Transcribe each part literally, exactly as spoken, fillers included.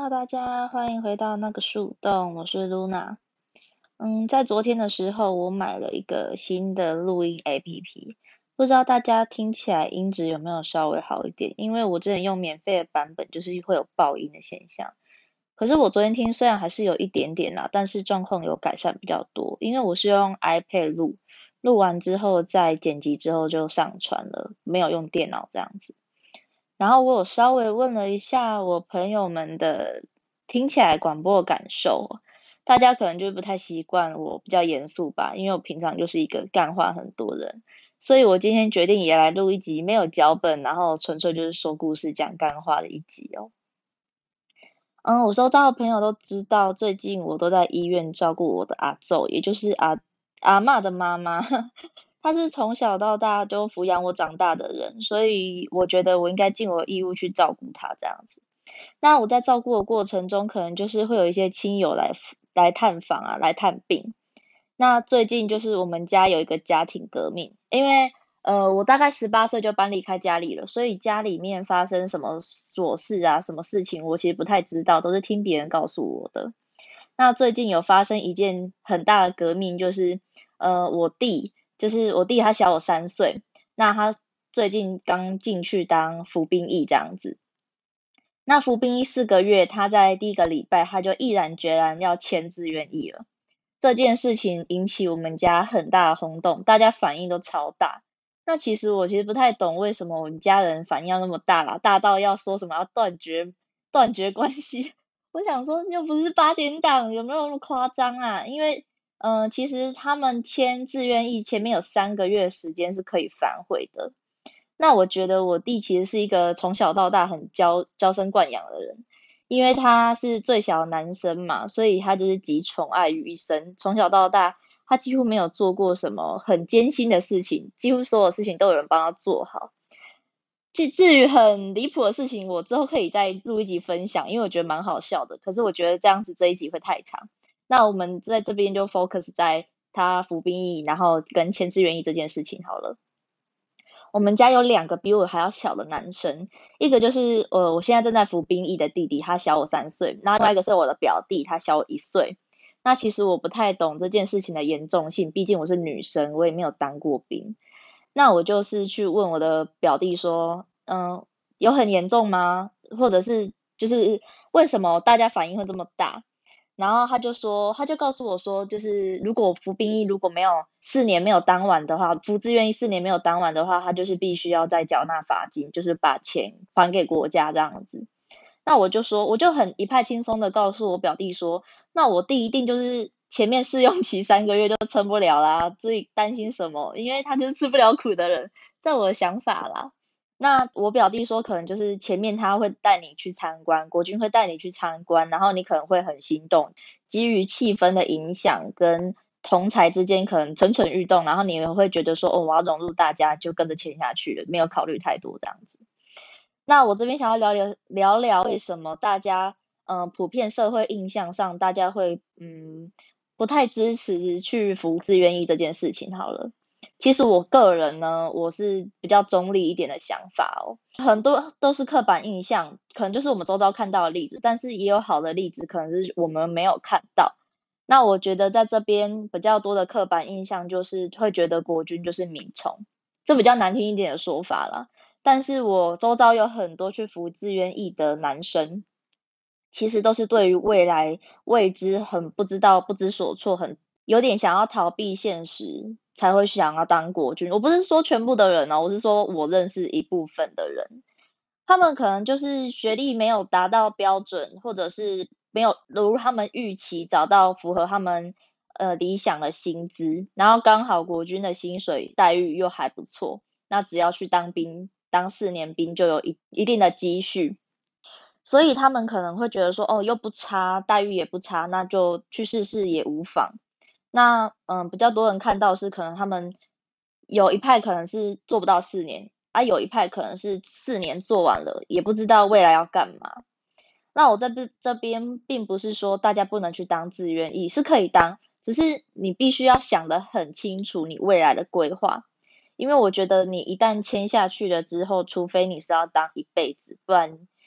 Hello，大家欢迎回到那个树洞，我是 Luna。嗯，在昨天的时候，我买了一个新的录音 A P P，不知道大家听起来音质有没有稍微好一点？因为我之前用免费的版本，就是会有爆音的现象。可是我昨天听虽然还是有一点点啦，但是状况有改善比较多，因为我是用 iPad 录，录完之后再剪辑之后就上传了，没有用电脑这样子。然后我有稍微问了一下我朋友们的听起来广播的感受，大家可能就不太习惯我比较严肃吧，因为我平常就是一个干话很多人，所以我今天决定也来录一集没有脚本，然后纯粹就是说故事讲干话的一集哦。嗯，我周遭的朋友都知道，最近我都在医院照顾我的阿祖，也就是阿阿嬷的妈妈。她是从小到大都抚养我长大的人，所以我觉得我应该尽我的义务去照顾她这样子。那我在照顾的过程中，可能就是会有一些亲友来来探访啊，来探病。那最近就是我们家有一个家庭革命，因为呃我大概十八岁就搬离开家里了，所以家里面发生什么琐事啊，什么事情我其实不太知道，都是听别人告诉我的。那最近有发生一件很大的革命，就是呃我弟，就是我弟他小我三岁，那他最近刚进去当服兵役这样子。那服兵役四个月，他在第一个礼拜他就毅然决然要签志愿役了。这件事情引起我们家很大的轰动，大家反应都超大。那其实我其实不太懂为什么我们家人反应要那么大啦，大到要说什么要断绝断绝关系。我想说又不是八点档，有没有那么夸张啊？因为嗯、呃其实他们签志愿役前面有三个月时间是可以反悔的。那我觉得我弟其实是一个从小到大很娇娇生惯养的人，因为他是最小的男生嘛，所以他就是集宠爱于一身。从小到大，他几乎没有做过什么很艰辛的事情，几乎所有事情都有人帮他做好。至至于很离谱的事情，我之后可以再录一集分享，因为我觉得蛮好笑的。可是我觉得这样子这一集会太长，那我们在这边就 focus 在他服兵役，然后跟签志愿役这件事情好了。我们家有两个比我还要小的男生，一个就是呃我现在正在服兵役的弟弟，他小我三岁，那另外一个是我的表弟，他小我一岁。那其实我不太懂这件事情的严重性，毕竟我是女生，我也没有当过兵。那我就是去问我的表弟说，嗯，有很严重吗？或者是就是为什么大家反应会这么大？然后他就说，他就告诉我说，就是如果服兵役如果没有四年没有当完的话，服志愿役四年没有当完的话，他就是必须要再缴纳罚金，就是把钱还给国家这样子。那我就说，我就很一派轻松的告诉我表弟说，那我弟一定就是前面试用期三个月就撑不了啦，所以担心什么？因为他就是吃不了苦的人，在我的想法啦。那我表弟说，可能就是前面他会带你去参观，国军会带你去参观，然后你可能会很心动，基于气氛的影响跟同才之间可能蠢蠢欲动，然后你也会觉得说，哦，我要融入大家，就跟着签下去了，没有考虑太多这样子。那我这边想要聊聊聊聊为什么大家，嗯、呃，普遍社会印象上大家会嗯不太支持去服自愿役这件事情好了。其实我个人呢，我是比较中立一点的想法哦，很多都是刻板印象，可能就是我们周遭看到的例子，但是也有好的例子，可能是我们没有看到。那我觉得在这边比较多的刻板印象就是会觉得国军就是民虫，这比较难听一点的说法啦。但是我周遭有很多去服志愿役的男生，其实都是对于未来未知很不知道、不知所措，很有点想要逃避现实，才会想要当国军。我不是说全部的人哦，我是说我认识一部分的人，他们可能就是学历没有达到标准，或者是没有如他们预期找到符合他们呃理想的薪资，然后刚好国军的薪水待遇又还不错，那只要去当兵，当四年兵就有一一定的积蓄，所以他们可能会觉得说，哦，又不差，待遇也不差，那就去试试也无妨。那嗯，比较多人看到是可能他们有一派可能是做不到四年，啊，有一派可能是四年做完了，也不知道未来要干嘛。那我这边这边并不是说大家不能去当志愿役，是可以当，只是你必须要想得很清楚你未来的规划。因为我觉得你一旦签下去了之后，除非你是要当一辈子，不然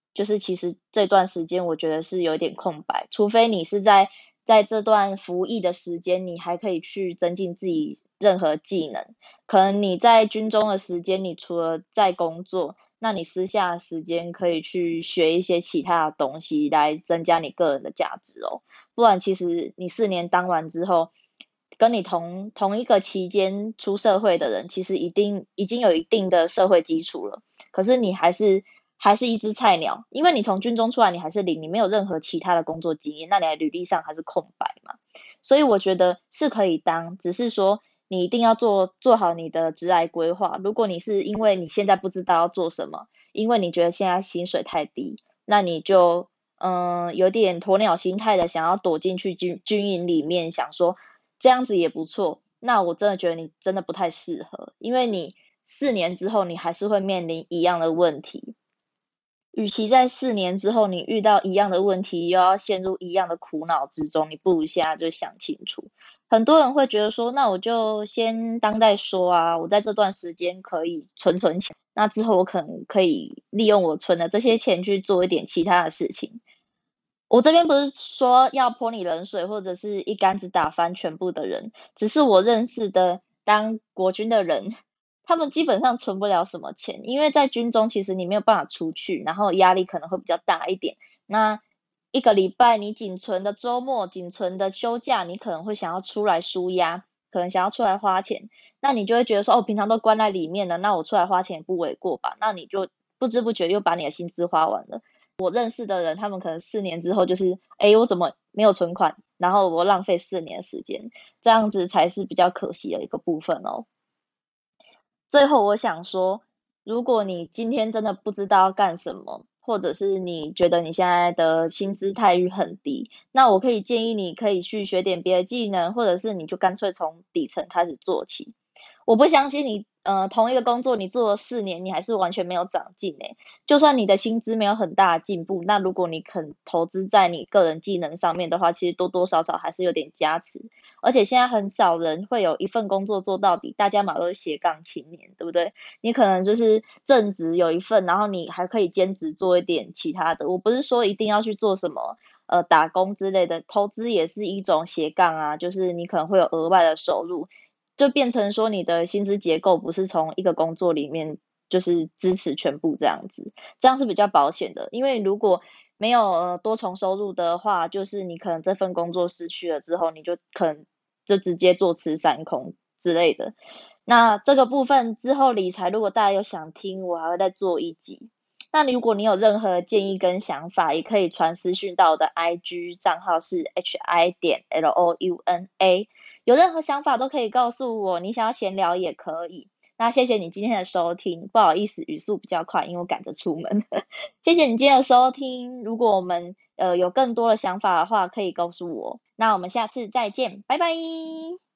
就是其实这段时间我觉得是有点空白，除非你是在在这段服役的时间，你还可以去增进自己任何技能。可能你在军中的时间，你除了在工作，那你私下的时间可以去学一些其他的东西来增加你个人的价值哦。不然其实你四年当完之后，跟你同同一个期间出社会的人，其实一定已经有一定的社会基础了，可是你还是还是一只菜鸟，因为你从军中出来，你还是零，你没有任何其他的工作经验，那你的履历上还是空白嘛。所以我觉得是可以当，只是说你一定要做做好你的职涯规划。如果你是因为你现在不知道要做什么，因为你觉得现在薪水太低，那你就嗯、呃有点鸵鸟心态的想要躲进去军军营里面，想说这样子也不错。那我真的觉得你真的不太适合，因为你四年之后你还是会面临一样的问题。与其在四年之后你遇到一样的问题，又要陷入一样的苦恼之中，你不如现在就想清楚。很多人会觉得说，那我就先当再说啊，我在这段时间可以存存钱，那之后我可能可以利用我存的这些钱去做一点其他的事情。我这边不是说要泼你冷水，或者是一竿子打翻全部的人，只是我认识的当国军的人，他们基本上存不了什么钱，因为在军中其实你没有办法出去，然后压力可能会比较大一点。那一个礼拜你仅存的周末、仅存的休假，你可能会想要出来舒压，可能想要出来花钱，那你就会觉得说，哦，平常都关在里面了，那我出来花钱也不为过吧？那你就不知不觉又把你的薪资花完了。我认识的人，他们可能四年之后就是，哎，我怎么没有存款？然后我浪费四年的时间，这样子才是比较可惜的一个部分哦。最后我想说，如果你今天真的不知道要干什么，或者是你觉得你现在的薪资待遇很低，那我可以建议你可以去学点别的技能，或者是你就干脆从底层开始做起。我不相信你，呃，同一个工作你做了四年，你还是完全没有长进诶。就算你的薪资没有很大的进步，那如果你肯投资在你个人技能上面的话，其实多多少少还是有点加持。而且现在很少人会有一份工作做到底，大家嘛都是斜杠青年，对不对？你可能就是正职有一份，然后你还可以兼职做一点其他的。我不是说一定要去做什么呃打工之类的，投资也是一种斜杠啊，就是你可能会有额外的收入，就变成说你的薪资结构不是从一个工作里面就是支持全部这样子，这样是比较保险的。因为如果没有呃多重收入的话，就是你可能这份工作失去了之后，你就可能就直接坐吃山空之类的。那这个部分之后理财，如果大家有想听，我还会再做一集。那如果你有任何建议跟想法，也可以传私讯到我的 I G 账号是 H I 点 L O U N A，有任何想法都可以告诉我，你想要闲聊也可以。那谢谢你今天的收听，不好意思语速比较快，因为我赶着出门。谢谢你今天的收听，如果我们呃有更多的想法的话，可以告诉我。那我们下次再见，拜拜。